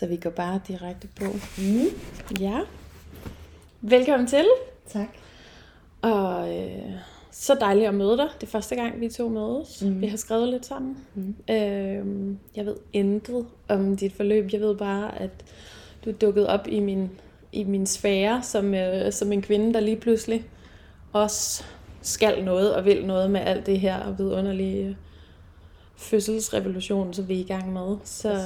Så vi går bare direkte på. Ja. Velkommen til. Tak. Og så dejligt at møde dig. Det er første gang, vi to mødes. Vi har skrevet lidt sammen. Jeg ved intet om dit forløb. Jeg ved bare, at du er dukket op i min sfære som en kvinde, der lige pludselig også skal noget og vil noget med alt det her og vidunderlige fødselsrevolution, som vi er i gang med.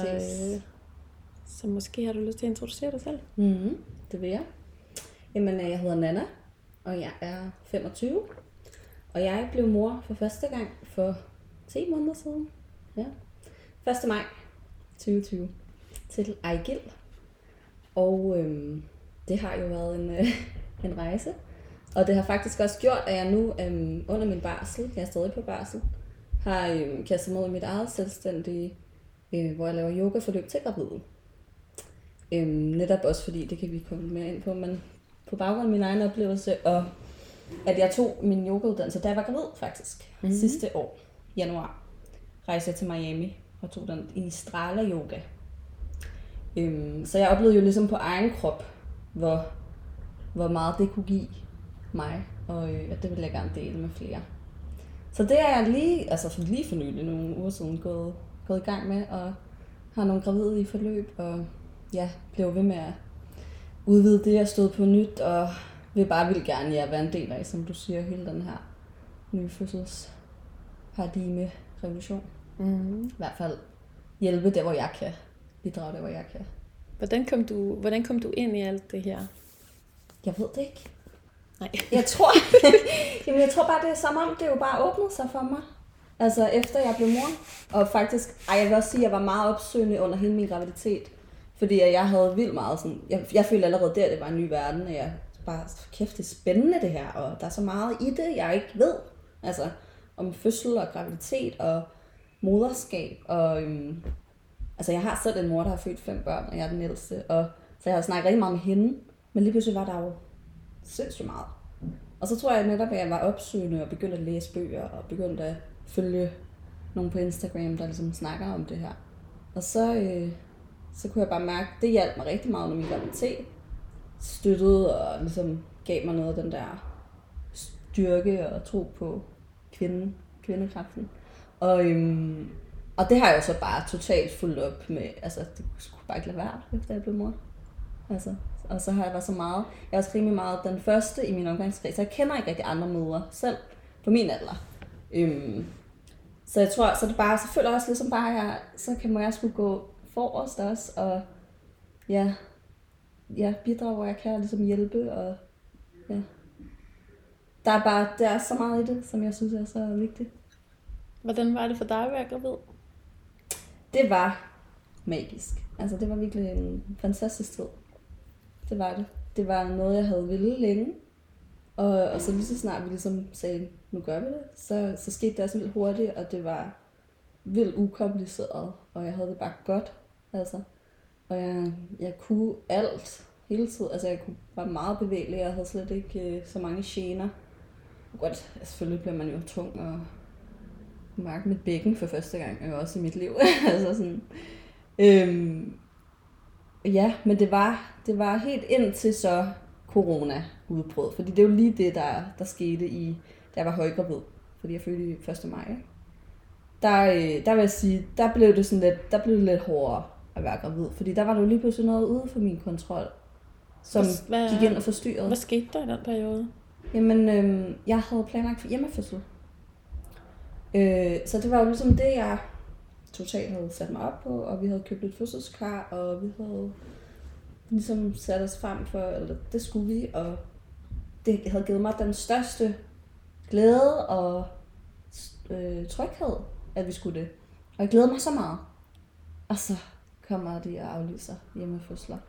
Så måske har du lyst til at introducere dig selv? Det vil jeg. Jamen, jeg hedder Nanna, og jeg er 25. Og jeg blev mor for første gang for 10 måneder siden. Ja. 1. maj 2020 til Ejgil. Og det har jo været en rejse. Og det har faktisk også gjort, at jeg nu under min barsel, jeg er stadig på barsel, har kastet mig ud i mit eget selvstændige, hvor jeg laver yogaforløb til gravide. Netop også fordi, det kan vi komme mere ind på, men på baggrund af min egen oplevelse, og at jeg tog min yogauddannelse, da jeg var gravid faktisk, sidste år, januar, rejste jeg til Miami og tog den i Strala Yoga. Så jeg oplevede jo ligesom på egen krop, hvor meget det kunne give mig, og at det ville jeg gerne dele med flere. Så det er jeg lige for nylig, nogle uger siden, gået i gang med, og har nogle gravide i forløb, og ja, blev ved med at udvide det, jeg stod på nyt, og vil gerne være en del af, som du siger, hele den her nye fødselsparadigme revolution. I hvert fald hjælpe der, hvor jeg kan. Bidrage der, hvor jeg kan. Hvordan kom du ind i alt det her? Jeg ved det ikke. Nej. Jeg tror bare, det er som om, det jo bare åbnede sig for mig. Altså efter jeg blev mor. Og faktisk, jeg vil også sige, at jeg var meget opsøgende under hele min graviditet. Fordi jeg havde vildt meget sådan, jeg følte allerede der, det var en ny verden, og jeg bare, kæft, det er spændende det her, og der er så meget i det, jeg ikke ved. Altså om fødsel og graviditet og moderskab, og altså jeg har selv en mor, der har født 5 børn, og jeg er den ældste, og så jeg har snakket rigtig meget med hende, men lige pludselig var der jo sindssygt meget. Og så tror jeg netop, at jeg var opsøgende og begyndte at læse bøger, og begyndte at følge nogen på Instagram, der ligesom snakker om det her. Og så kunne jeg bare mærke, at det hjalp mig rigtig meget under min graviditet. Støttede og ligesom gav mig noget af den der styrke og tro på kvindekraften. Og det har jeg jo så bare totalt fulgt op med, altså det skulle bare ikke lade være, efter jeg blev mor. Altså, og så har jeg været så meget, jeg er også rimelig meget den første i min omgangskreds, så jeg kender ikke rigtig andre mødre selv på min alder. Så jeg tror, så det bare, så føler jeg også ligesom bare, så må jeg skulle gå forrest også, og ja, bidrage, hvor jeg kan, ligesom hjælpe, og ja. Der er så meget i det, som jeg synes er så vigtigt. Hvordan var det for dig at være gravid? Det var magisk. Altså det var virkelig en fantastisk tid. Det var det. Det var noget, jeg havde ville længe. Og så lige så snart vi ligesom sagde, nu gør vi det, så skete det også vildt hurtigt, og det var vildt ukompliceret, og jeg havde det bare godt. Altså. Og jeg kunne alt hele tiden. Altså jeg var meget bevægelig, jeg havde slet ikke så mange gener. Godt, selvfølgelig bliver man jo tung og mærke mit bækken for første gang, og også i mit liv. Altså sådan. Ja, men det var helt indtil så corona udbrød, fordi det er jo lige det, der skete da jeg var højgravid, fordi jeg fødte i 1. maj. Der vil jeg sige, der blev det lidt hårdere at være gravid, fordi der var jo lige pludselig noget ude for min kontrol, som gik ind og forstyrrede. Hvad skete der i den periode? Jamen, jeg havde planlagt for hjemmefødsel. Så det var jo ligesom det, jeg totalt havde sat mig op på, og vi havde købt et fødselskar, og vi havde ligesom sat os frem for, eller det skulle vi, og det havde givet mig den største glæde og tryghed, at vi skulle det. Og jeg glæder mig så meget. Og så kommer de og aflyser hjemmefødsler.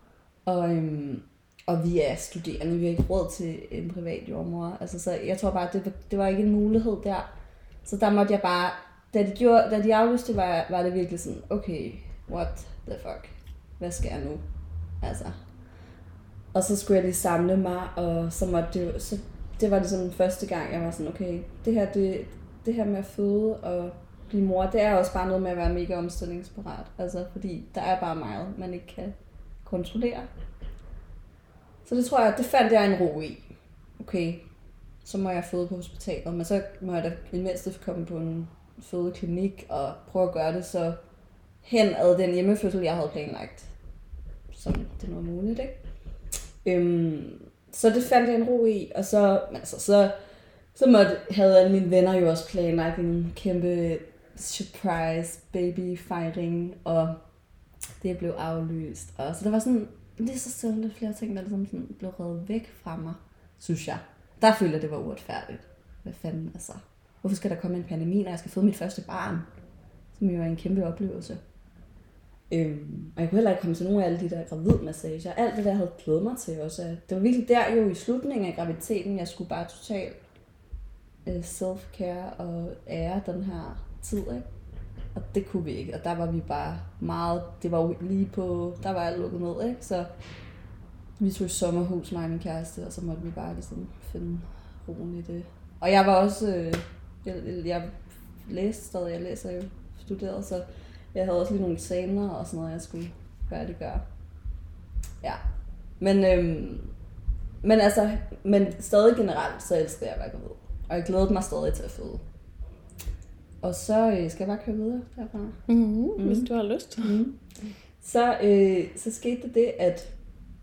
Og vi er studerende, vi har ikke råd til en privat jordmor. Altså, så jeg tror bare, det var ikke en mulighed der. Så der måtte jeg bare, da de aflyste, var det virkelig sådan, okay, what the fuck, hvad skal jeg nu? Altså. Og så skulle jeg lige samle mig, og så måtte det var ligesom den første gang, jeg var sådan, okay, det her med at føde, og blive mor, det er også bare noget med at være mega omstillingsparat. Altså, fordi der er bare meget, man ikke kan kontrollere. Så det tror jeg, det fandt jeg en ro i. Okay, så må jeg føde på hospitalet, men så må jeg da i mindste komme på en fødeklinik og prøve at gøre det så hen ad den hjemmefødsel, jeg havde planlagt, som det nu er muligt, ikke? Så det fandt jeg en ro i, og så havde alle mine venner jo også planlagt en kæmpe surprise baby fejring, og det blev aflyst. Og så der var sådan lige så stille flere ting, der ligesom sådan blev revet væk fra mig, synes jeg. Der følte jeg, det var uretfærdigt. Hvad fanden, altså. Hvorfor skal der komme en pandemi, når jeg skal føde mit første barn? Som jo er en kæmpe oplevelse. Og jeg kunne heller ikke komme til nogle af alle de der gravidmassager. Alt det der, jeg havde glædet mig til også. Det var virkelig der jo i slutningen af graviditeten, jeg skulle bare totalt self-care og ære den her tid, ikke? Og det kunne vi ikke. Og der var vi bare meget, det var jo lige på, der var alt lukket ned, ikke? Så vi tog i sommerhus, mig og min kæreste, og så måtte vi bare ligesom finde roen i det. Og jeg var også, jeg læste stadig, jeg læser jo studeret, så jeg havde også lige nogle eksamener og sådan noget, jeg skulle færdiggøre. Ja. Men stadig generelt, så elsker jeg at være gravid. Og jeg glædede mig stadig til at føde. Og så skal jeg bare køre videre derfra. Hvis du har lyst. Så skete det, at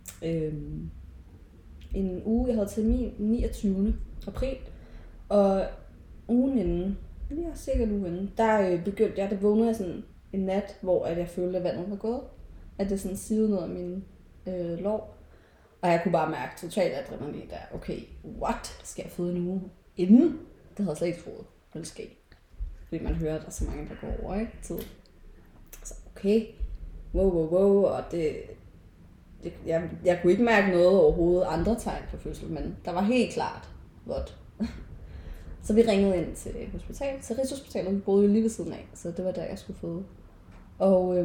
en uge, jeg havde termin 29. april, og ugen inden, sikkert ugen inden, der begyndte jeg, der vågnede jeg sådan en nat, hvor at jeg følte, at vandet var gået. At det sådan sivede ned af mine lår. Og jeg kunne bare mærke totalt adrenalin der. Okay, what? Skal jeg føde en uge inden? Det havde jeg slet ikke troet, ville ske. Fordi man hører, at der er så mange, der går over, ikke? Tid. Så okay, wow, og jeg kunne ikke mærke noget overhovedet andre tegn på fødsel, men der var helt klart vådt. Så vi ringede ind til hospitalet, til Rigshospitalet, vi boede jo lige ved siden af, så det var der, jeg skulle føde. Og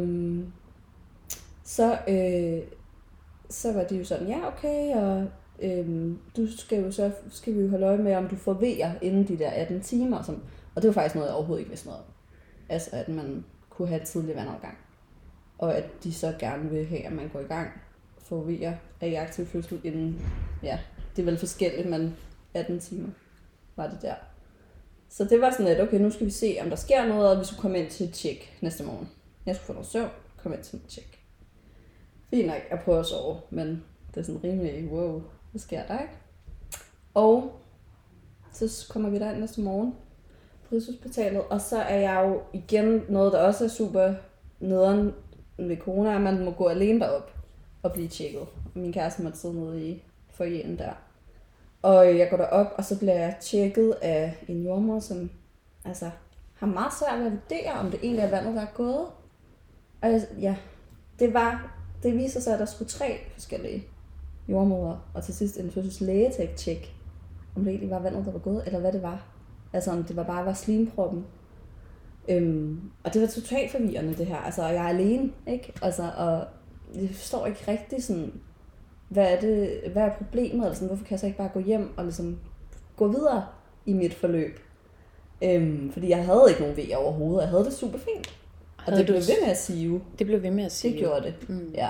så var det jo sådan, ja okay, og du skal vi jo holde øje med, om du får vejer inden de der 18 timer. Og det var faktisk noget, jeg overhovedet ikke vidste noget om. Altså, at man kunne have tidlig vandafgang. Og at de så gerne vil have, at man går i gang for vejer af i aktiv fødsel inden, ja, det er vel forskelligt, men 18 timer var det der. Så det var sådan, at okay, nu skal vi se, om der sker noget, og vi skulle komme ind til et tjek næste morgen. Jeg skulle få noget søvn, komme ind til et tjek. Fint nok, jeg prøver at sove, men det er sådan rimelig, wow, hvad sker der, ikke? Og så kommer vi derind næste morgen på Rigshospitalet, og så er jeg jo igen noget, der også er super nederen ved corona, at man må gå alene derop og blive tjekket. Min kæreste måtte sidde nede i foyeren der. Og jeg går derop, og så bliver jeg tjekket af en jordemoder, som altså har meget svært ved at vurdere, om det egentlig er vandet, der er gået. Og det viser sig, at der skulle 3 forskellige jordemødre, og til sidst en fødselslæge til at tjekke, om det egentlig var vandet, der var gået, eller hvad det var. Altså om det bare var slimproppen. Og det var totalt forvirrende det her. Altså, og jeg er alene, ikke? Altså, og jeg forstår ikke rigtig sådan, hvad er problemet, eller sådan, hvorfor kan jeg så ikke bare gå hjem og ligesom gå videre i mit forløb? Fordi jeg havde ikke nogen vejer overhovedet, jeg havde det super fint. Og det blev ved med at sive. Det blev ved med at sive. Det gjorde det, ja.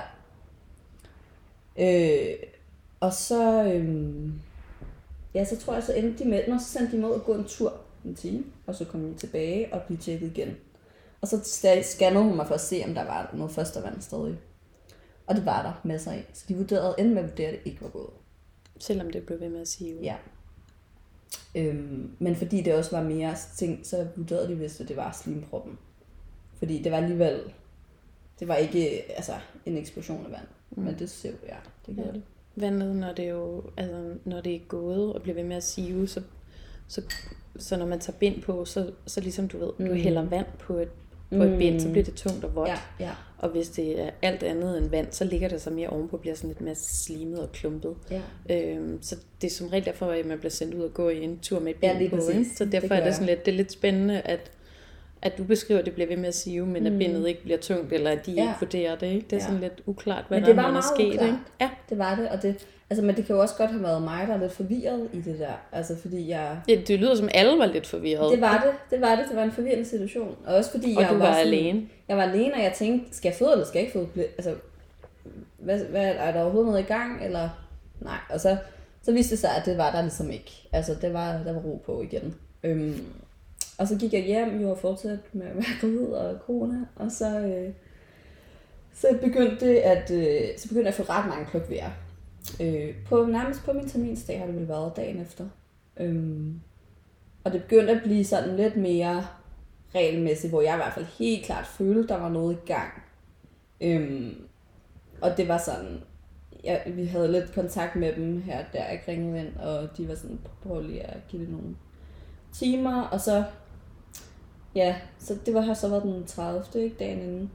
Og så, så tror jeg, så endte de med, når så sendte de mig ud at gå en tur en time, og så kom vi tilbage og blev tjekket igen. Og så scannede hun mig for at se, om der var noget førstevand stadig. Og det var der masser af. Så de endte med at vurdere, at det ikke var gået. Selvom det blev ved med at sive. Ja. Men fordi det også var mere ting, så vurderede de vist, at det var slimproppen. Fordi det var alligevel, det var ikke en eksplosion af vand. Men det ser ja, det gjorde det. Vandet, når det er gået og bliver ved med at sive, så når man tager bind på, så ligesom du ved, du hælder vand på et bind, så bliver det tungt og vådt. Ja. Og hvis det er alt andet end vand, så ligger det så mere ovenpå, bliver sådan lidt mere slimet og klumpet. Ja. Så det er som regel derfor, at man bliver sendt ud og gå i en tur med et bind på. Præcis. Så derfor er det sådan lidt, det er lidt spændende, at du beskriver, at det bliver ved med at sive, men at bindet ikke bliver tungt, eller at de ikke vurderer det, ikke? Det er sådan lidt uklart, hvad der er sket, ikke? Ja, det var det, og det, altså, men det kan jo også godt have været mig, der er lidt forvirret i det der, altså fordi jeg... Ja, det lyder som alle var lidt forvirret. Det var en forvirrende situation, og også fordi jeg var alene. Jeg var alene, og jeg tænkte, skal jeg føde, eller skal jeg ikke føde? Altså, hvad er der overhovedet noget i gang, eller... Nej, og så viste det sig, at det var der ligesom ikke. Altså, der var ro på igen. Og så gik jeg hjem, jo og fortsatte med at være gravid og corona, og så begyndte jeg at få ret mange klokvejr. Nærmest på min terminsdag har det vel været dagen efter. Og det begyndte at blive sådan lidt mere regelmæssigt, hvor jeg i hvert fald helt klart følte, der var noget i gang. Og det var sådan, vi havde lidt kontakt med dem her, der jeg ringede ind, og de var sådan, prøv lige at give det nogle timer, og så det har så været den 30. Ikke, dagen inden.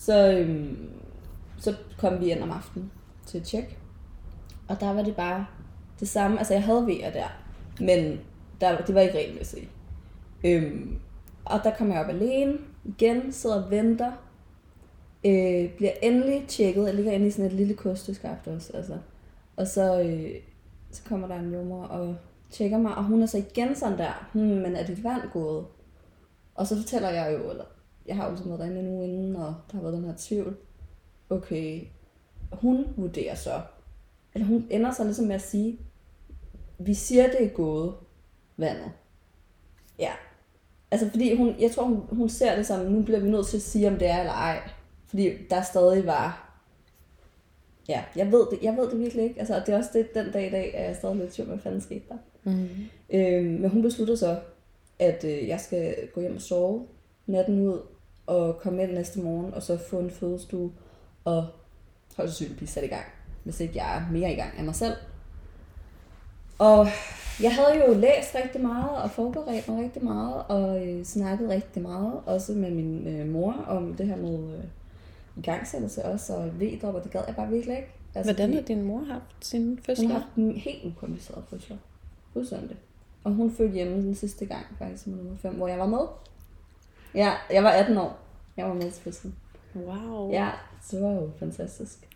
Så kom vi ind om aftenen til et tjek, og der var det bare det samme, altså jeg havde vejer der, men det var ikke regelmæssigt. Og der kom jeg op alene, igen, sidder og venter, bliver endelig tjekket, jeg ligger inde i sådan et lille kosteskaft også, altså. Og så kommer der en jordmor og tjekker mig, og hun er så igen sådan der, men er dit vand gået? Og så fortæller jeg jo, eller jeg har jo sådan været derinde en uge inden, og der har været den her tvivl. Okay, hun vurderer så, eller hun ender så ligesom med at sige, vi siger det er gået, vandet. Ja, altså fordi jeg tror hun ser det som, nu bliver vi nødt til at sige, om det er eller ej. Fordi der stadig var, ja, jeg ved det virkelig ikke. Altså, det er også det, den dag i dag, at jeg stadig lidt tvivl, hvad fanden skete der. Men hun beslutter så, at jeg skal gå hjem og sove natten ud, og komme ind næste morgen, og så få en fødestue, og højst sandsynligt blive sat i gang, hvis ikke jeg er mere i gang af mig selv. Og jeg havde jo læst rigtig meget, og forberedt mig rigtig meget, og snakket rigtig meget, også med min mor, om det her med igangsættelse også, og V-drop, og det gad jeg bare virkelig ikke. Altså, hvordan har din mor haft sin fødsel? Hun har haft en helt ukompliceret fødsel. Fuldstændig. Og hun fødte hjemme den sidste gang, faktisk med nummer 5, hvor jeg var med. Ja, jeg var 18 år. Jeg var med til fødslen. Wow. Ja, det var jo fantastisk.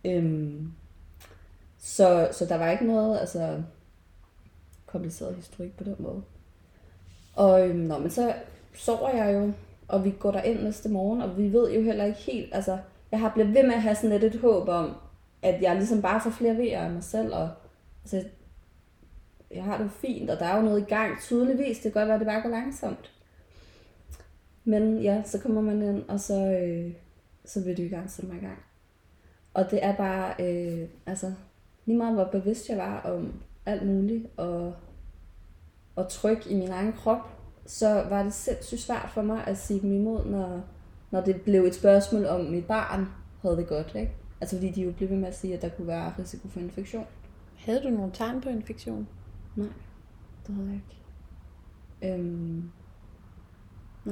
Så der var ikke noget, altså, kompliceret historik på den måde. Og men så sover jeg jo, og vi går derind næste morgen, og vi ved jo heller ikke helt, altså, jeg har blevet ved med at have sådan et håb om, at jeg ligesom bare får flere vejer af mig selv, og altså, jeg har det jo fint, og der er jo noget i gang, tydeligvis, det kan godt være, at det bare går langsomt. Men ja, så kommer man ind, og så vil du i gang sætte mig i gang. Og det er bare, altså, lige meget hvor bevidst jeg var om alt muligt, og tryk i min egen krop, så var det sindssygt svært for mig at sige dem imod, når det blev et spørgsmål om, mit barn havde det godt, ikke? Altså fordi de jo blev ved med at sige, at der kunne være risiko for infektion. Havde du nogle tegn på infektion? Nej, det havde jeg ikke. Nej.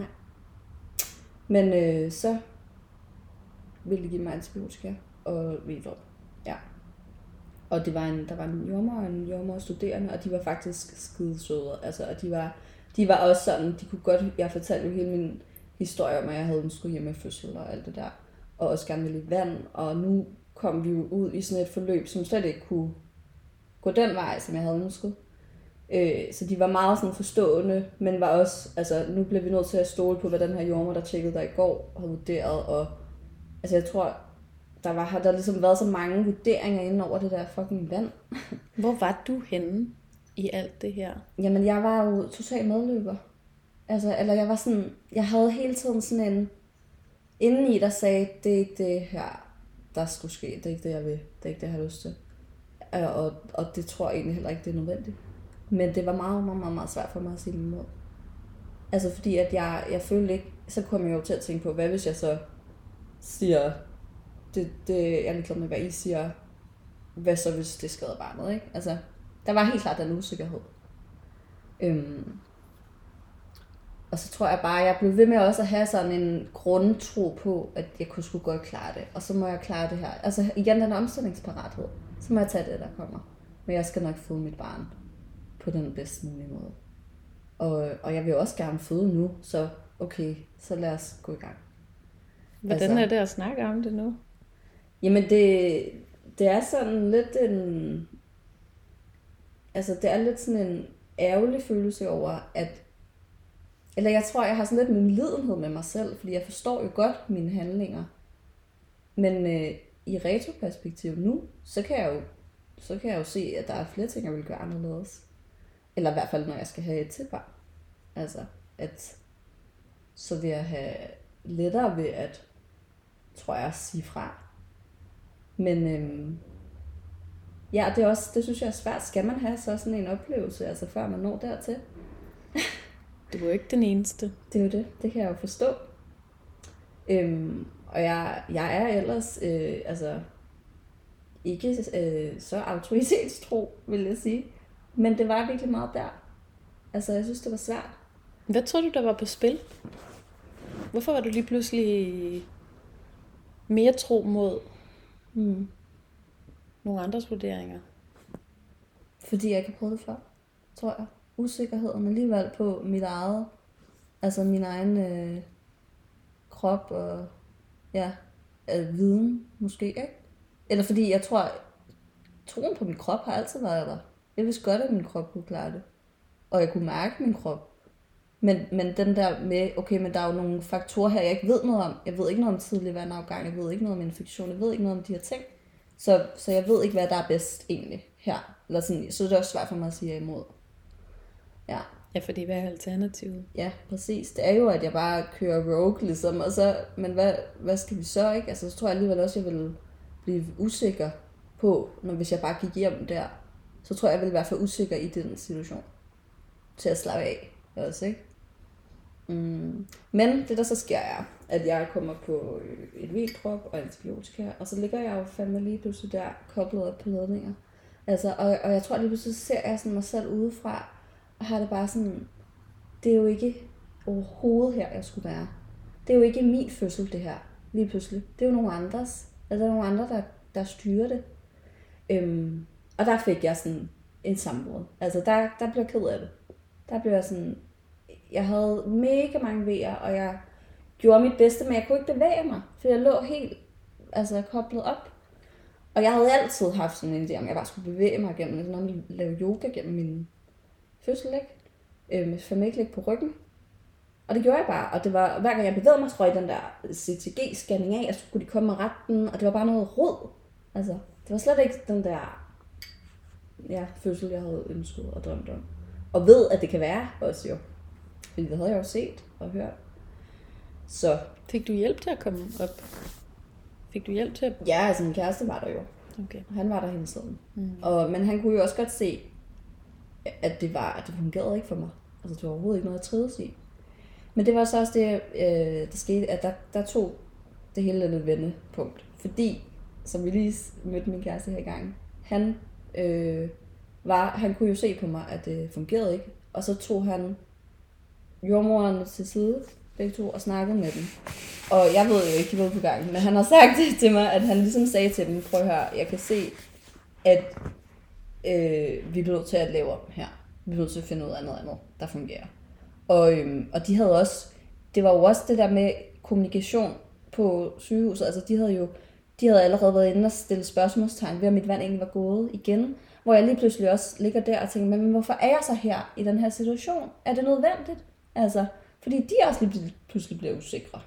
Men så ville de give mig antibiotika og V-drop. Ja. Og der var en jordmor og en jordmor-studerende, og de var faktisk skidesøde. Altså, og de var også sådan, de kunne godt, jeg fortalte jo hele min historie om, at jeg havde ønsket hjemme i fødsel og alt det der. Og også gerne ville i vand, og nu kom vi jo ud i sådan et forløb, som slet ikke kunne gå den vej, som jeg havde ønsket. Så de var meget sådan forstående, men var også, altså nu blev vi nødt til at stole på, hvad den her jordmor, der tjekkede der i går, havde vurderet, og altså jeg tror, har der ligesom været så mange vurderinger inde over det der fucking vand. Hvor var du henne i alt det her? Jamen jeg var jo total medløber. Altså, eller jeg var sådan, jeg havde hele tiden sådan en indeni, der sagde, det er ikke det her, der skulle ske, det er ikke det, jeg vil, det er ikke det, jeg har lyst til. Og det tror jeg egentlig heller ikke, det er nødvendigt. Men det var meget, meget, meget, meget svært for mig at sige det imod. Altså fordi, at jeg følte ikke, så kom jeg jo til at tænke på, hvad hvis jeg så siger, jeg er ligeglad med, hvad I siger, hvad så hvis det skader barnet, ikke? Altså, der var helt klart den usikkerhed. Og så tror jeg bare, jeg blev ved med også at have sådan en grundtro på, at jeg kunne sgu godt klare det, og så må jeg klare det her. Altså igen, den omstillingsparathed, så må jeg tage det, der kommer. Men jeg skal nok føde mit barn på den bedste mulige måde. Og jeg vil også gerne føde nu, så okay, så lad os gå i gang. Hvordan er det at snakke om det nu? Jamen det er sådan lidt en... Altså det er lidt sådan en ærgerlig følelse over, at... Eller jeg tror, jeg har sådan lidt en lidenhed med mig selv, fordi jeg forstår jo godt mine handlinger. Men i retroperspektiv nu, så kan jeg jo se, at der er flere ting, jeg vil gøre anderledes. Eller i hvert fald, når jeg skal have et til barn. Altså, at så vil jeg have lettere ved at, tror jeg, sige fra. Men ja, det synes jeg er svært. Skal man have så sådan en oplevelse, altså før man når dertil? Det var jo ikke den eneste. Det er jo det. Det kan jeg jo forstå. Og jeg er ellers altså ikke så autoritetstro, vil jeg sige. Men det var virkelig meget der. Altså, jeg synes, det var svært. Hvad tror du, der var på spil? Hvorfor var du lige pludselig mere tro mod nogle andres vurderinger? Fordi jeg ikke har prøvet det før, tror jeg. Usikkerheden alligevel på mit eget, altså min egen krop og ja, viden måske, ikke? Eller fordi jeg tror, troen på min krop har altid været der. Jeg vidste godt, at min krop kunne klare det. Og jeg kunne mærke min krop. Men den der med, okay, men der er jo nogle faktorer her, jeg ikke ved noget om. Jeg ved ikke noget om tidlig vandafgang, jeg ved ikke noget om infektion, jeg ved ikke noget om de her ting. Så jeg ved ikke, hvad der er bedst egentlig her. Eller sådan, så det er også svært for mig at sige imod. Ja. Ja, fordi hvad er alternativet? Ja, præcis. Det er jo, at jeg bare kører rogue, ligesom. Og så, men hvad skal vi så, ikke? Altså, så tror jeg alligevel også, at jeg vil blive usikker på, hvis jeg bare gik hjem der. Så tror jeg, jeg vil være for usikker i den situation. Til at slappe af også, ikke? Men det der så sker er, at jeg kommer på et V-drop og antibiotika, og så ligger jeg jo fandme lige pludselig der, koblet op på ledninger. Altså, og jeg tror lige pludselig, så ser jeg sådan mig selv udefra, og har det bare sådan, det er jo ikke overhovedet her, jeg skulle være. Det er jo ikke min fødsel, det her, lige pludselig. Det er jo nogle andres. Altså, der er nogle andre, der styrer det. Og der fik jeg sådan en sammenbrud. Altså, der blev jeg ked af det. Der blev jeg sådan, jeg havde mega mange vejer, og jeg gjorde mit bedste, men jeg kunne ikke bevæge mig, for jeg lå helt koblet op. Og jeg havde altid haft sådan en idé, om jeg bare skulle bevæge mig gennem, sådan lave yoga gennem min fødsel, ikke? Med familie på ryggen. Og det gjorde jeg bare, og det var, hver gang jeg bevægede mig, så røg den der CTG-scanning af, og så kunne de komme med retten, og det var bare noget rod. Altså, det var slet ikke den der fødsel, jeg havde ønsket og drømt om. Og ved, at det kan være også jo. Fordi det havde jeg jo set og hørt. Så. Fik du hjælp til at komme op? Fik du hjælp til at... Ja, altså min kæreste var der jo. Okay. Han var der hele tiden. Men han kunne jo også godt se, at det fungerede ikke for mig. Altså det var overhovedet ikke noget at trives i. Men det var så også det, der skete, at der tog det hele lidt vendepunkt. Fordi, som vi lige mødte min kæreste her i gang, han kunne jo se på mig, at det fungerede ikke. Og så tog han jordmoderen til side, begge to, og snakkede med dem. Og jeg ved jo ikke, de var på gang, men han har sagt det til mig, at han ligesom sagde til dem, prøv at høre, jeg kan se, at vi bliver nødt til at lave op her. Vi bliver nødt til at finde noget andet, der fungerer. Og de havde også, det var jo også det der med kommunikation på sygehuset, altså de havde allerede været inde og stille spørgsmålstegn ved, om mit vand egentlig var gået igen, hvor jeg lige pludselig også ligger der og tænker, men hvorfor er jeg så her i den her situation? Er det nødvendigt? Altså, fordi de også lige pludselig bliver usikre.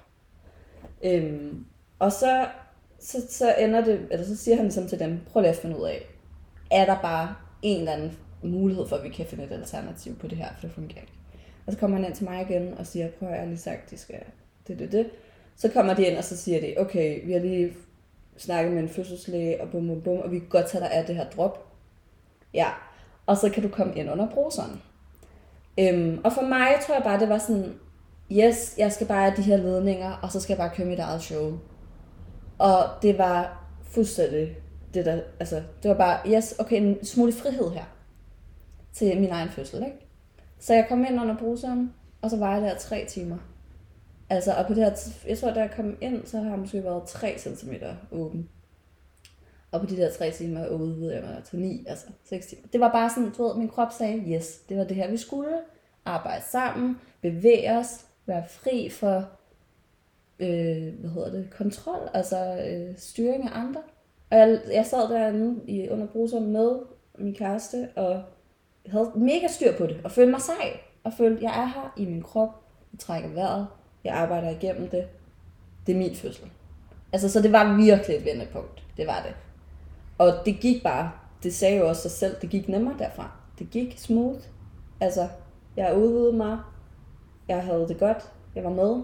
Og så ender det, eller så siger han ligesom til dem, prøv lige at finde ud af, er der bare en eller anden mulighed for, at vi kan finde et alternativ på det her, for det fungerer ikke. Og så kommer han ind til mig igen og siger, prøv at jeg har lige sagt, de skal det. Så kommer de ind, og så siger de, okay, vi har lige snakket med en fødselslæge, og bum, og vi kan godt tage dig af det her drop. Ja, og så kan du komme ind under bruseren. Og for mig tror jeg bare, det var sådan, yes, jeg skal bare have de her ledninger, og så skal jeg bare køre mit eget show. Og det var fuldstændig det der, altså, det var bare, yes, okay, en smule frihed her til min egen fødsel, ikke? Så jeg kom ind under bruseren, og så var jeg der 3 timer. Altså, og på det her, jeg tror, da jeg kom ind, så har jeg måske været 3 cm åben. Og på de der 3 timer udvidede jeg mig til 9, altså 6 timer. Det var bare sådan, du ved, min krop sagde, yes, det var det her, vi skulle. Arbejde sammen, bevæge os, være fri for kontrol, altså styring af andre. Og jeg sad derinde under bruseren med min kæreste, og havde mega styr på det, og følte mig sej, og følte, jeg er her i min krop, jeg trækker vejret, jeg arbejder igennem det. Det er min fødsel. Altså, så det var virkelig et vendepunkt. Det var det. Og det gik bare, det sagde jo også sig selv, det gik nemmere derfra. Det gik smooth. Altså, jeg udvidede mig, jeg havde det godt, jeg var med,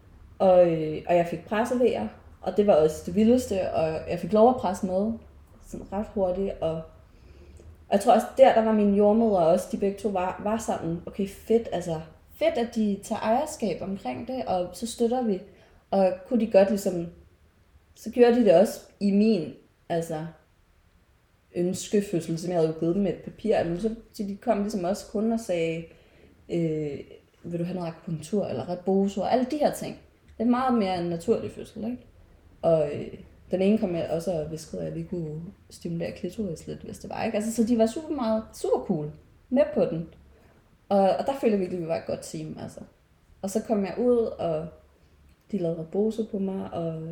og jeg fik pressevejer, og det var også det vildeste, og jeg fik lov at presse med, sådan ret hurtigt, og jeg tror også, der var mine jordmødre også, de begge to var sådan, okay, fedt, altså fedt, at de tager ejerskab omkring det, og så støtter vi, og kunne de godt ligesom, så gjorde de det også i min, altså, ønskefødsel, som jeg havde givet dem med et papir, men så de kom ligesom også kun og sagde, vil du have noget akupunktur, eller rebozo, og alle de her ting. Det er meget mere en naturlig fødsel, ikke? Og den ene kom jeg også og viskede, at jeg lige kunne stimulere klitoris lidt, hvis det var, ikke? Altså, så de var super cool med på den. Og der følte jeg virkelig, at vi var et godt team, altså. Og så kom jeg ud, og de lavede rebozo på mig,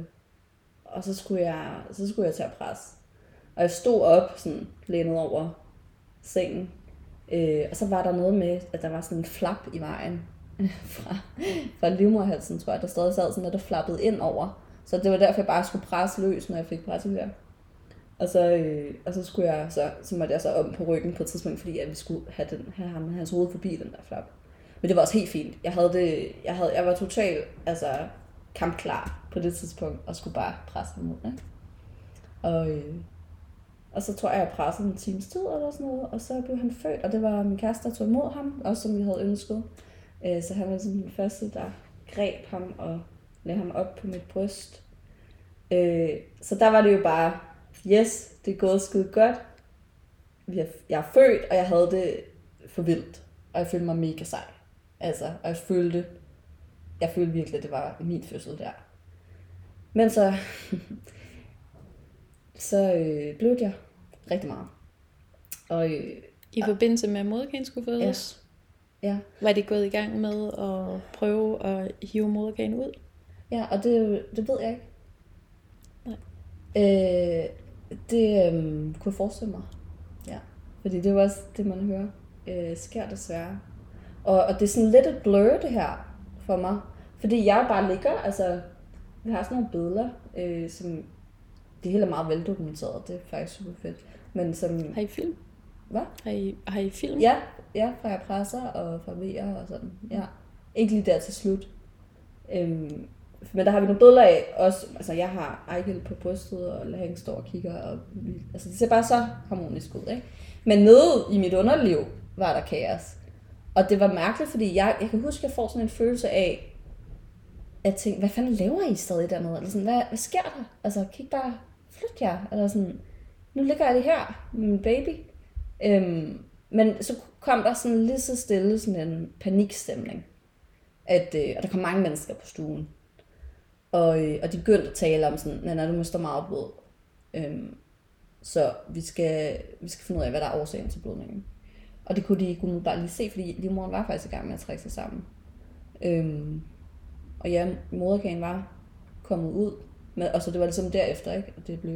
og så skulle jeg til at presse. Og jeg stod op, sådan lænet over sengen, og så var der noget med, at der var sådan en flap i vejen fra livmoderhalsen, tror jeg, der stadig sad sådan, at der flappede ind over. Så det var derfor, jeg bare skulle presse løs, når jeg fik pressevejr. Og så skulle jeg så måtte jeg så om på ryggen på et tidspunkt, fordi at vi skulle have ham med hans hoved forbi den der flap. Men det var også helt fint. Jeg var totalt kampklar på det tidspunkt, og skulle bare presse ham ud, ikke? Og så tror jeg pressede en times tid eller sådan noget, og så blev han født, og det var min kæreste, der tog imod ham, også som vi havde ønsket. Så han var sådan den første, der greb ham og lagde ham op på mit bryst. Så der var det jo bare, yes, det er gået skide godt. Jeg er født, og jeg havde det for vildt, og jeg følte mig mega sej. Altså, og jeg følte virkelig, at det var min fødsel der. Men så blev jeg rigtig meget. Og, i forbindelse med, at moderkagen skulle fødes? Ja. Var det gået i gang med at prøve at hive moderkagen ud? Ja, og det ved jeg ikke. Nej. Det kunne jeg forestille mig. Ja. Fordi det er også det, man hører. Sker desværre. Og det er sådan lidt et blur, det her, for mig. Fordi jeg bare ligger, altså, vi har sådan nogle billeder, som det hele er meget veldokumenteret, det er faktisk super fedt. Men som... Har I film? Hvad? Har I film? Ja, fra jeg presser og fra VR og sådan. Ja. Ikke lige der til slut. Men der har vi nogle billeder af også, altså jeg har Ejgil på brystet, og Laheng står og kigger, og altså det ser bare så harmonisk ud, ikke? Men nede i mit underliv var der kaos. Og det var mærkeligt, fordi jeg kan huske, at jeg får sådan en følelse af, at tænke, hvad fanden laver I stadig dernede? Eller sådan, hvad sker der? Altså, kan I bare flytte jer? Eller sådan, nu ligger jeg det her med min baby. Men så kom der sådan lige så stille sådan en panikstemning. Og der kom mange mennesker på stuen. Og de begyndte at tale om sådan, Nanna, du mister meget blod. Så vi skal finde ud af, hvad der er årsagen til blødningen. Og det kunne de ikke bare lige se, fordi livmoderen var faktisk i gang med at trække sig sammen. Og ja, moderkagen var kommet ud. Og så det var ligesom derefter, ikke? Og det blev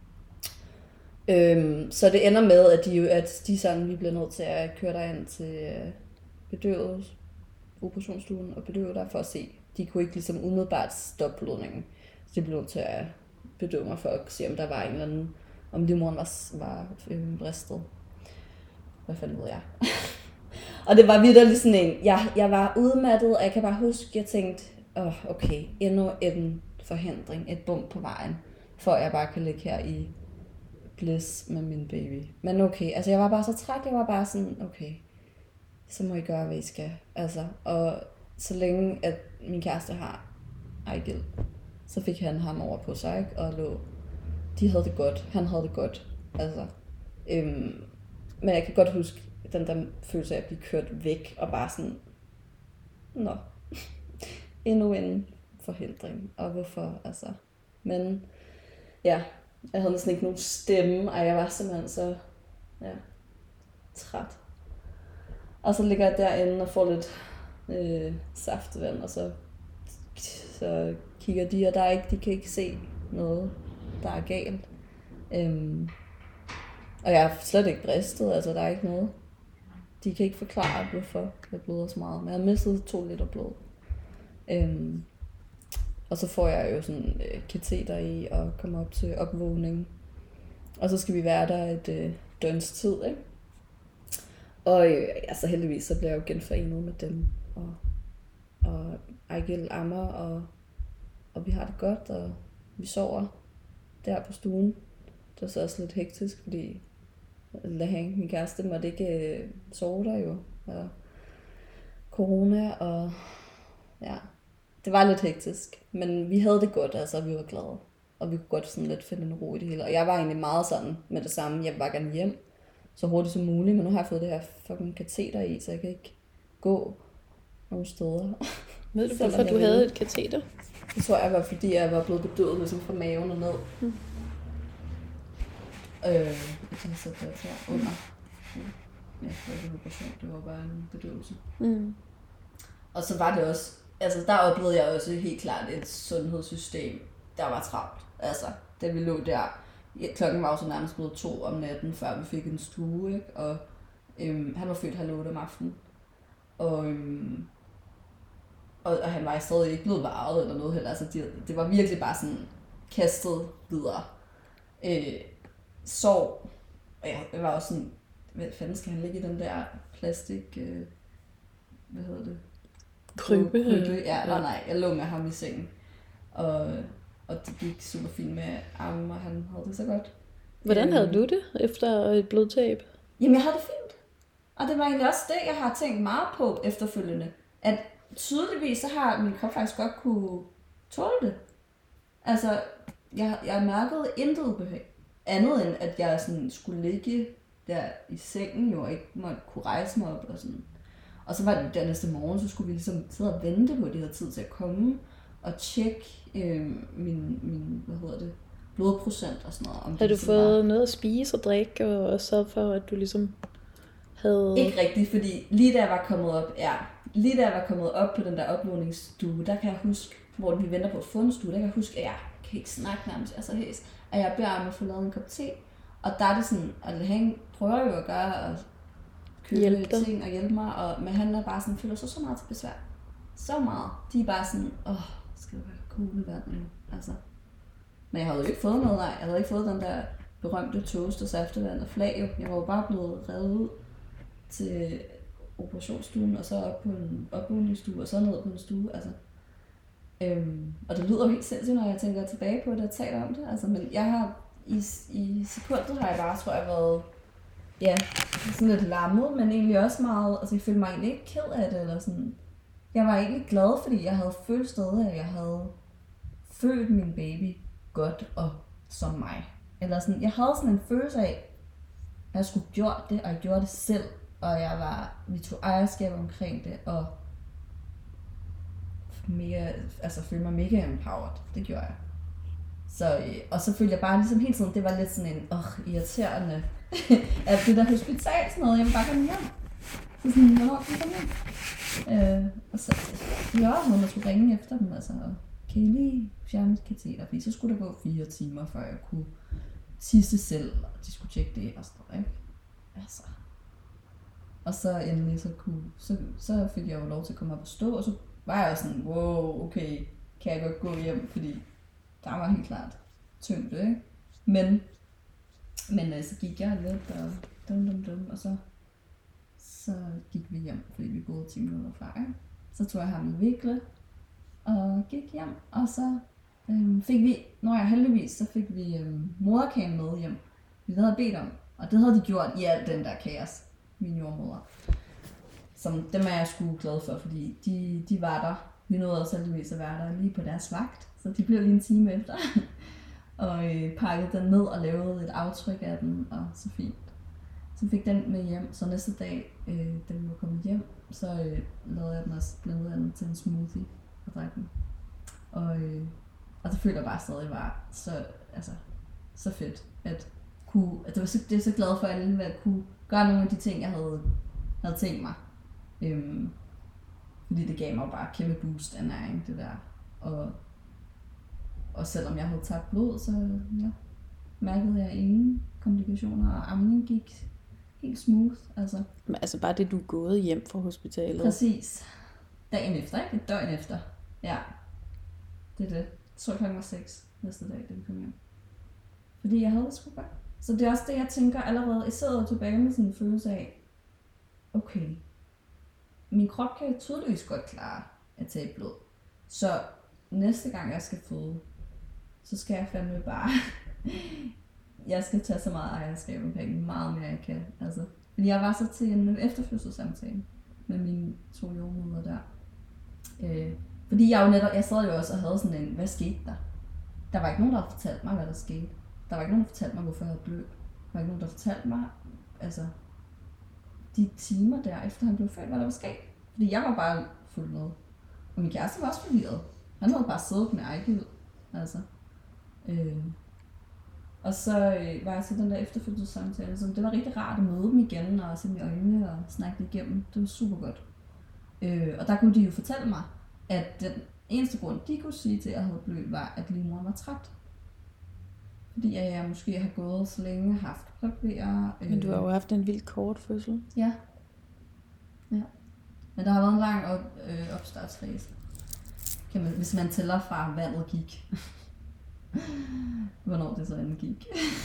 så det ender med, at de sådan, vi bliver nødt til at køre dig ind til bedøvet operationsstuen og bedøve dig for at se. De kunne ikke ligesom umiddelbart stoppe blødningen. Så de blev nødt til at bedøve mig for at se, om der var en eller anden, om livmoderen var bristet. Hvad fanden ved jeg? Og det var vitterligt sådan en, jeg var udmattet, og jeg kan bare huske, jeg tænkte, okay, endnu en forhindring, et bump på vejen, for at jeg bare kan ligge her i bliss med min baby. Men okay, altså jeg var bare så træt, jeg var bare sådan, okay, så må I gøre, hvad I skal. Altså, og så længe, at min kæreste har Ejgil, så fik han ham over på sig, ikke? Og de havde det godt, han havde det godt, altså. Men jeg kan godt huske den der følelse af at blive kørt væk, og bare sådan, endnu en forhindring, og hvorfor, altså. Men ja, jeg havde næsten ikke nogen stemme, og jeg var simpelthen så træt. Og så ligger jeg derinde og får lidt saftevand, og så kigger de, og de kan ikke se noget, der er galt. Og jeg er slet ikke bristet, altså der er ikke noget. De kan ikke forklare, hvorfor jeg bløder så meget, men jeg har mistet 2 liter blod. Og så får jeg jo sådan kateter i og kommer op til opvågning. Og så skal vi være der et døgns tid, ikke? Og altså heldigvis så bliver jeg jo genforenet med dem. Og Ejgil ammer, og vi har det godt, og vi sover der på stuen. Det var så også lidt hektisk, fordi Lahang, min kæreste, måtte ikke sove der jo. Og corona, og ja, det var lidt hektisk. Men vi havde det godt, altså vi var glade. Og vi kunne godt sådan lidt finde en ro i det hele. Og jeg var egentlig meget sådan med det samme. Jeg vil bare gerne hjem så hurtigt som muligt. Men nu har jeg fået det her fucking kateter i, så jeg kan ikke gå nogen steder. Ved du, hvorfor du havde et kateter? Det tror jeg var, fordi jeg var blevet bedøvet ligesom fra maven og ned. Jeg kan sætte det her under. Ja, det var ikke en operation, det var bare en bedøvelse. Og så var det også, altså der oplevede jeg også helt klart et sundhedssystem, der var travlt. Altså, da vi lå der, klokken var jo så nærmest blevet 2 om natten, før vi fik en stue, ikke? Og han var født 7:30 om aftenen. Og han var stadig ikke blevet varet eller noget heller. Altså, det var virkelig bare sådan kastet videre. Sov. Og jeg var også sådan, hvad fanden skal han ligge i den der plastik, hvad hedder det? Krybe. Ja, nej, jeg lå med ham i sengen. Og det gik super fint med armen, og han havde det så godt. Hvordan havde du det efter et blodtab? Jamen, jeg havde det fint. Og det var egentlig også det, jeg har tænkt meget på efterfølgende. At tydeligvis, så har min krop faktisk godt kunne tåle det. Altså, jeg mærkede intet ubehag. Andet end, at jeg sådan skulle ligge der i sengen, jo, og ikke måtte kunne rejse mig op og sådan. Og så var det der næste morgen, så skulle vi ligesom sidde og vente på, at de havde tid til at komme og tjekke min blodprocent og sådan noget. Havde du fået noget at spise og drikke, og sørget for, at du ligesom havde... Ikke rigtigt, fordi lige da jeg var kommet op på den der opvågningsstue, der kan jeg huske, hvor vi venter på at få en stue, der kan jeg huske, at jeg kan ikke snakke nærmest, jeg er så hæs, at jeg beder om at få lavet en kop te. Og der er det sådan, og han prøver jo at gøre og købe ting og hjælpe mig, men han er bare sådan, føler sig så meget til besvær. Så meget. De er bare sådan, skal det være kuglevand nu? Altså. Men jeg havde jo ikke fået noget af. Jeg havde ikke fået den der berømte toast og saftevand og flag. Jo. Jeg var jo bare blevet revet ud til operationsstuen, og så op på en opvågningsstue, og så ned på en stue. Altså. Og det lyder jo helt sindssygt, når jeg tænker tilbage på det og taler om det. Altså, men jeg har i sekundet har jeg bare, tror jeg, været sådan lidt lammet, men egentlig også meget, altså jeg følte mig egentlig ikke ked af det, eller sådan. Jeg var egentlig glad, fordi jeg havde følt stadig, at jeg havde født min baby godt og som mig. Eller sådan, jeg havde sådan en følelse af, at jeg skulle gjort det, og jeg gjorde det selv, og vi tog ejerskab omkring det, og følte mig mega empowered. Det gjorde jeg. Så, og så følte jeg bare ligesom hele tiden, det var lidt sådan en irriterende, at det der hospital sådan noget, jeg vil bare gerne hjem. Så sådan, hvornår kan jeg komme hjem? Og så jeg også noget, man skulle ringe efter dem, altså, kan I lige fjerne et kateter? Fordi så skulle der gå 4 timer, før jeg kunne tisse selv, og de skulle tjekke det og sådan noget, ikke? Altså. Og så endelig så fik jeg jo lov til at komme op og stå, og så var jeg sådan, wow, okay, kan jeg godt gå hjem, fordi der var helt klart tyngde, ikke? Men så gik jeg lidt, og og så gik vi hjem, fordi vi boede 10 minutter fra, ikke? Så tog jeg ham i vikle, og gik hjem, og så fik vi, heldigvis, så fik vi moderkagen med hjem, vi havde bedt om, og det havde de gjort i alt den der kaos, min jordmoder. Som dem er jeg sgu glad for, fordi de var der. Vi nåede også heldigvis at være der lige på deres vagt, så de blev lige en time efter. Og pakkede den ned og lavede et aftryk af den, og så fint. Så fik den med hjem, så næste dag, da vi var kommet hjem, så lavede jeg den også, blandede jeg den til en smoothie og drak den. Og det følte jeg bare stadig var så fedt, at det er så glad for alle, at kunne gøre nogle af de ting, jeg havde tænkt mig. Fordi det gav mig bare kæmpe boost af næring, det der. Og selvom jeg havde tabt blod, så ja, mærkede jeg ingen komplikationer, og amning gik helt smooth. Altså bare det, du er gået hjem fra hospitalet. Præcis. Dagen efter, ikke? Et døgn efter. Ja. Det er det. Så klokken var 6 næste dag, da vi kom hjem. Fordi jeg havde det sgu godt. Så det er også det, jeg tænker allerede. Jeg sidder tilbage med sådan en følelse af, okay, min krop kan tydeligvis godt klare at tage blod. Så næste gang jeg skal føde, så skal jeg fandme bare, jeg skal tage så meget ejerskab omkring, meget mere jeg kan. Fordi jeg var så til en efterfødselssamtale med mine 2 jordmødre der. Fordi jeg sad jo også og havde sådan en, hvad skete der? Der var ikke nogen, der havde fortalt mig, hvad der skete. Der var ikke nogen, der fortalte mig, hvorfor jeg havde blødt. Der var ikke nogen, der fortalte mig, de timer der, efter han blev født, hvad der var sket. Fordi jeg var bare fuldt med. Og min kæreste var også forvirret. Han havde bare siddet med Ejgil. Og så var jeg til den der efterfødselssamtale, så det var rigtig rart at møde dem igen, og se dem i øjnene og snakke det igennem. Det var super godt. Og der kunne de jo fortælle mig, at den eneste grund, de kunne sige til, at jeg havde blødt, var, at livmoderen var træt. Fordi jeg måske har gået så længe, haft plukvejer. Men du har jo haft en vildt kort fødsel. Ja. Men der har været en lang opstartsfase. Hvis man tæller fra vandet gik. Hvornår det så end gik.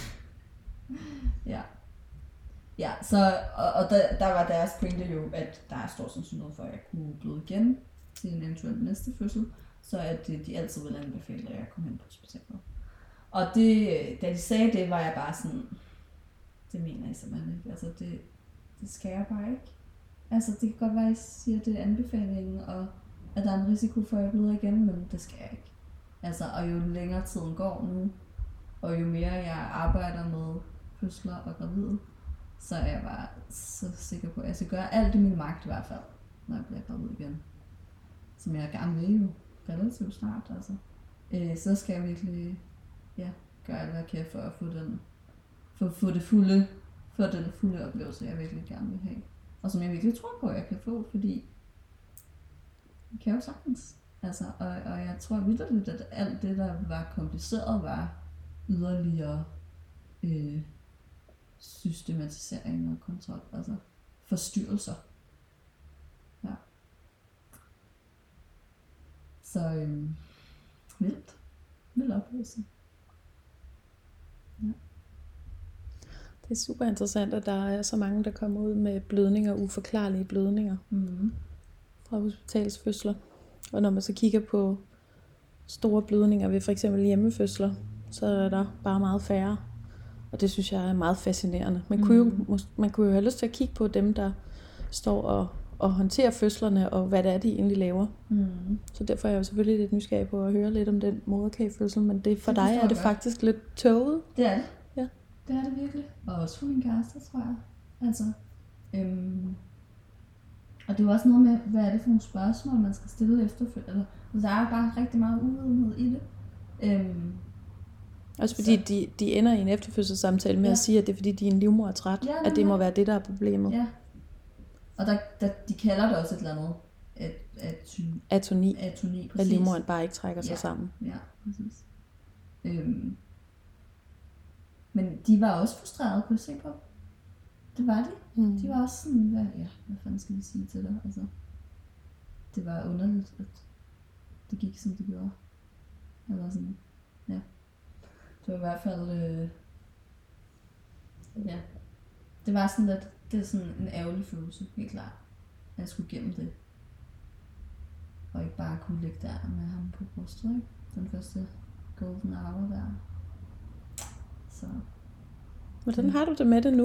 Ja, så, og der var deres pointe jo, at der er stor sandsynlighed for, at jeg kunne bløde igen til en eventuel næste fødsel. Så at de altid ville anbefale, at jeg kom hen på hospitalet. Og da de sagde det, var jeg bare sådan, det mener jeg simpelthen ikke. Det skal jeg bare ikke. Det kan godt være, at jeg siger, at det er anbefalingen, og at der er en risiko for, at jeg bløder igen, men det skal jeg ikke. Og jo længere tiden går nu, og jo mere jeg arbejder med fødsler og gravide, så er jeg bare så sikker på, at jeg skal gøre alt i min magt i hvert fald, når jeg bliver gravid igen. Som jeg gerne vil jo relativt snart. Så skal jeg virkelig gøre alt, hvad jeg kan for at få den fulde oplevelse, jeg virkelig gerne vil have. Og som jeg virkelig tror på, at jeg kan få, fordi jeg kan jo sagtens. Og jeg tror vitterligt, at alt det, der var kompliceret, var yderligere systematisering og kontrol. Forstyrrelser. Ja. Så vildt. Vild oplevelse. Ja. Det er super interessant, at der er så mange, der kommer ud med blødninger, uforklarlige blødninger fra hospitalsfødsler. Og når man så kigger på store blødninger ved for eksempel hjemmefødsler, så er der bare meget færre. Og det synes jeg er meget fascinerende. Man kunne jo have lyst til at kigge på dem, der står og håndterer fødslerne, og hvad det er, de egentlig laver. Så derfor er jeg jo selvfølgelig lidt nysgerrig på at høre lidt om den moderkagefødsel, men det for dig er det faktisk lidt tåget. Det er det. Ja. Det er det virkelig. Og også for min kæreste, tror jeg. Og det er jo også noget med, hvad er det for nogle spørgsmål, man skal stille efterfølgende. Der er jo bare rigtig meget uvidenhed i det. Også fordi de ender i en efterfødselssamtale med at sige, at det er fordi, din livmor er træt. Ja, at det må være det, der er problemet. Ja. Og de kalder det også et eller andet atoni. Atoni, præcis. At livmoren bare ikke trækker sig sammen. Ja, præcis. Men de var også frustrerede, kunne jeg se på. Det var de. De var også sådan, hvad fanden skal vi sige til dig? Det var underligt, at det gik, som det gjorde. Eller sådan, ja. Det var i hvert fald, det var sådan, at det er sådan en ærgerlig følelse, helt klart, at jeg skulle igennem det. Og ikke bare kunne ligge der med ham på brystet, ikke? Den første golden hour der. Så. Hvordan har du det med det nu?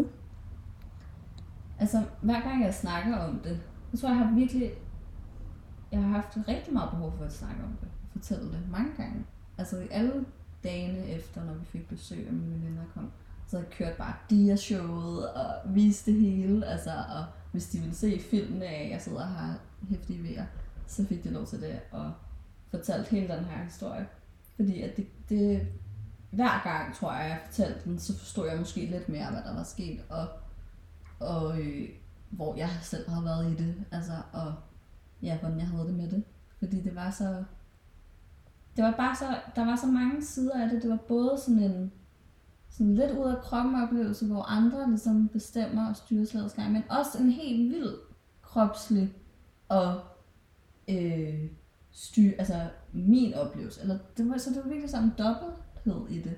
Hver gang jeg snakker om det, jeg tror, jeg har haft rigtig meget behov for at snakke om det, og fortælle det mange gange. Alle dagene efter, når vi fik besøg, og mine veninder kom, så havde jeg kørt bare Dia-showet og viste det hele, og hvis de ville se filmene af, at jeg sidder og har hæftige vejer, så fik de lov til det, og fortalt hele den her historie. Fordi at det hver gang, tror jeg fortalte den, så forstod jeg måske lidt mere, hvad der var sket, og hvor jeg selv har været i det, og hvordan jeg havde det med det. Fordi det var så... Det var bare så... Der var så mange sider af det. Det var både sådan en sådan lidt ud af kroppen oplevelse, hvor andre ligesom bestemmer og styrer slagets gang, men også en helt vild kropslig og altså min oplevelse. Eller det var virkelig sådan en dobbelthed i det.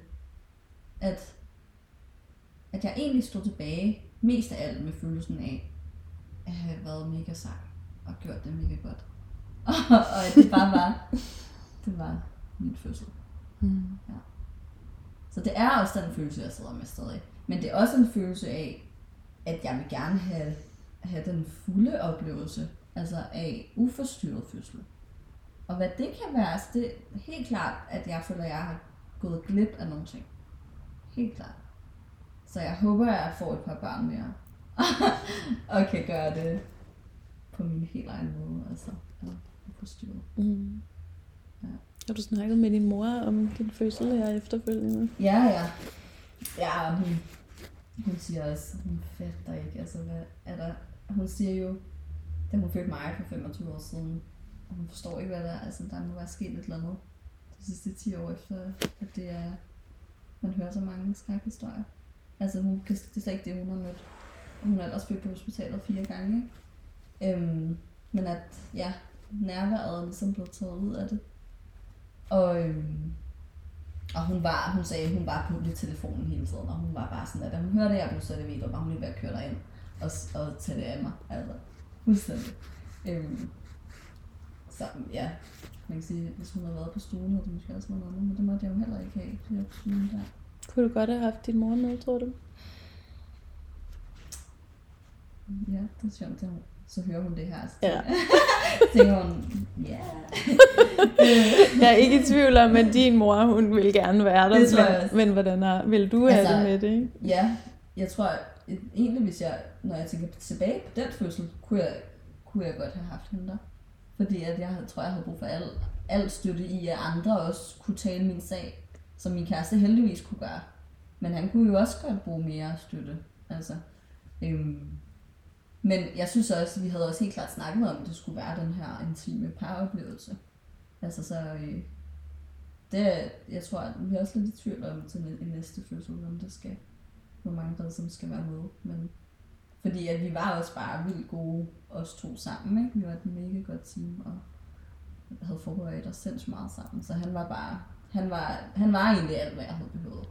At jeg egentlig stod tilbage mest af alt med følelsen af at have været mega sej og gjort det mega godt. Og at det bare var min fødsel. Ja. Så det er også den følelse, jeg sidder med stadig. Men det er også en følelse af, at jeg vil gerne have den fulde oplevelse, altså af uforstyrret fødsel. Og hvad det kan være, altså det er helt klart, at jeg føler, at jeg har gået glip af nogle ting. Helt klart. Så jeg håber, at jeg får et par børn mere. Og kan gøre det på min helt egen måde, altså uforstyrret. Ja. Har du snakket med din mor om din fødsel her efterfølgende? Ja. Ja, hun siger også, hun fatter ikke, altså hvad er der... Hun siger jo, da hun fødte mig for 25 år siden, og hun forstår ikke, hvad det er, altså der må være sket et eller andet de sidste 10 år efter, at det er... Man hører så mange skrækhistorier. Altså det er slet ikke det, hun har mødt. Hun har også født på hospitalet 4 gange, ikke? Men at, ja, nærværet er ligesom blevet taget ud af det. Og hun sagde, at hun var på lidt telefonen hele tiden, og hun var bare sådan, at da hun hørte, at jeg blev sat i video, var hun lige ved at køre derind og tage det af mig. Altså, fuldstændig. Så ja, man kan sige, hvis hun havde været på stuen, havde det måske også været noget, men det måtte jeg jo heller ikke have, fordi jeg var på stuen der. Kunne du godt have haft din mor med, tror du? Ja, det er sjovt. Så hører hun det her. Så ja. tænker hun, ja. Jeg er ikke i tvivl om, at din mor, hun vil gerne være der. Men hvordan vil du have det med det? Ikke? Ja, jeg tror egentlig, når jeg tænker tilbage på den fødsel, kunne jeg godt have haft hende der. Fordi at jeg tror, jeg havde brug for al støtte i, at andre også kunne tale min sag, som min kæreste heldigvis kunne gøre. Men han kunne jo også godt bruge mere støtte. Altså, men jeg synes også, vi havde også helt klart snakket om, at det skulle være den her intime paroplevelse. Altså så, jeg tror, at vi er også lidt i tvivl om til en næste fødsel, om det skal, hvor mange der som skal være med. Men, fordi at vi var også bare vildt gode, os to sammen, ikke? Vi var et mega godt team, og havde forberedt os sindssygt meget sammen. Så han var egentlig alt, hvad jeg havde behøvet.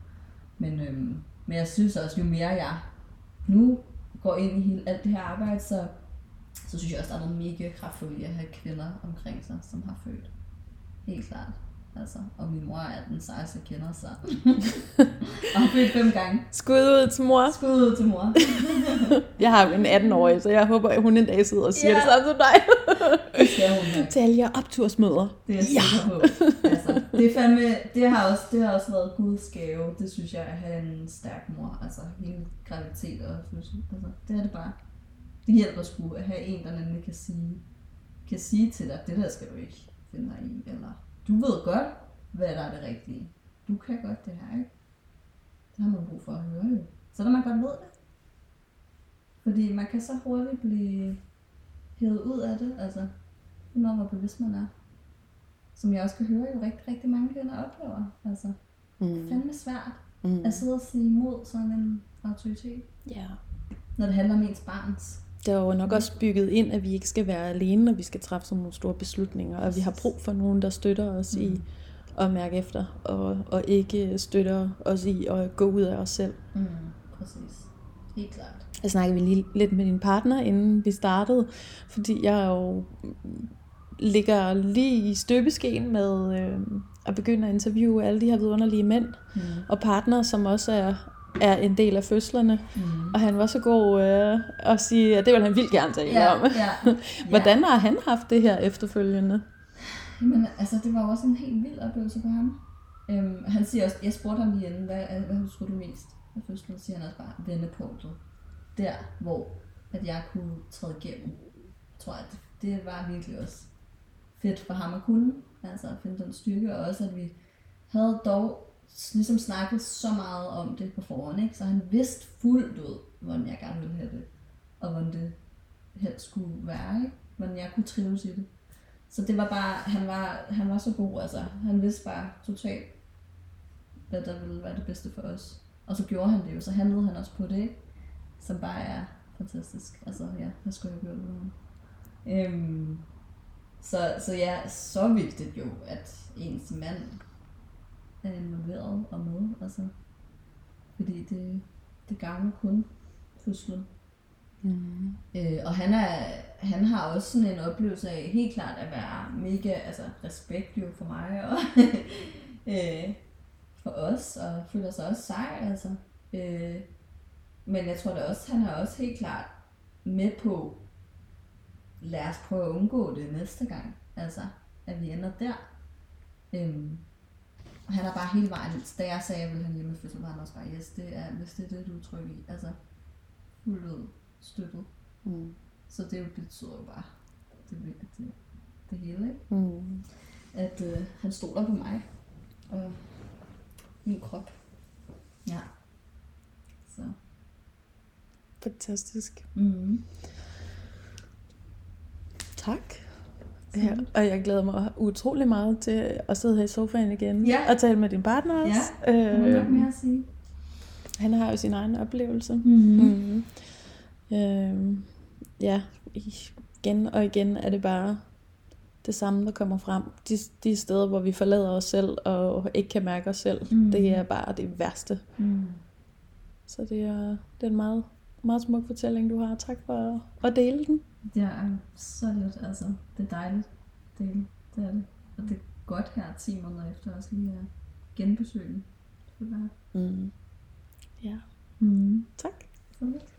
Men jeg synes også, jo mere jeg nu går ind i alt det her arbejde, så synes jeg også, der er noget mega kraftfuldt i at have kvinder omkring sig, som har født. Helt klart. Altså, og min mor er den sejeste, jeg kender sig. Og har født 5 gange. Skud ud til mor. Skud ud til mor. Jeg har en 18-årig, så jeg håber, at hun en dag sidder og siger det samme som dig. Det skal hun have. Til alle jer optursmøder. Det er jeg sikker på. Altså, det har også været Guds gave. Det synes jeg, at have en stærk mor. Altså hele graviditet og fødsel. Altså, det er det bare. Det hjælper sgu at have en, der nemlig kan sige til dig, det der skal du ikke finde dig i. Eller du ved godt, hvad der er det rigtige. Du kan godt det her, ikke? Det har man brug for at høre jo. Så da man godt ved det. Fordi man kan så hurtigt blive hævet ud af det. Altså, det er noget, hvor bevidst man er. Som jeg også kan høre, jo rigtig, rigtig mange kvinder oplever. Altså, fandme svært at sidde og sige imod sådan en autoritet. Ja. Når det handler om ens barns. Det er jo nok også bygget ind, at vi ikke skal være alene, når vi skal træffe sådan nogle store beslutninger. Og vi har brug for nogen, der støtter os i at mærke efter, og ikke støtter os i at gå ud af os selv. Præcis. Helt klart. Jeg snakkede lige lidt med din partner, inden vi startede, fordi jeg jo ligger lige i støbeskeen med at begynde at interviewe alle de her vidunderlige mænd og partnere, som også er en del af fødslerne. Og han var så god at sige, at det vil han vildt gerne tale om. Ja. Hvordan har han haft det her efterfølgende? Men altså, det var jo også en helt vild oplevelse for ham. Han siger også, jeg spurgte ham lige inden, hvad husker du mest af fødslen? Så siger han også bare, vendepunktet. Der, hvor at jeg kunne træde igennem. Jeg tror, at det var virkelig også fedt for ham at kunne. Altså at finde den styrke, og også at vi havde dog ligesom snakket så meget om det på forhånd, ikke? Så han vidste fuldt ud, hvordan jeg gerne ville have det, og hvordan det helst skulle være, ikke? hvordan jeg kunne trives i det. Så det var bare, han var så god, altså. Han vidste bare totalt, hvad der ville være det bedste for os. Og så gjorde han det jo, så handlede han også på det, som bare er fantastisk. Altså ja, hvad skulle jeg gøre det med? Så ja, så vigtigt jo, at ens mand er involveret og med, altså. Fordi det gavner kun fødslen. Og han har også sådan en oplevelse af helt klart at være mega, altså respekt jo for mig og for os, og føler sig også sej, altså. Men jeg tror da også, han er også helt klart med på, lad os prøve at undgå det næste gang, altså at vi ender der. Og han er bare hele vejen, da jeg sagde, at jeg ville have hjemmefødsel, var han også bare, yes, hvis det er det, du er tryg i, altså fuldt ud støttet. Så det betyder jo bare det hele, ikke? At han stoler på mig og min krop. Ja. Så. Fantastisk. Tak. Ja, og jeg glæder mig utrolig meget til at sidde her i sofaen igen og tale med din partner også. Ja, det nok mere at sige. Han har jo sin egen oplevelse. Ja, igen og igen er det bare det samme, der kommer frem. De steder, hvor vi forlader os selv og ikke kan mærke os selv, det er bare det værste. Så det er en meget, meget smuk fortælling, du har. Tak for at dele den. Det er så lidt, altså. Det er dejligt at dele. Det er det. Og det er godt her 10 måneder efter også lige at genbesøge den. Ja. Tak. Så lidt.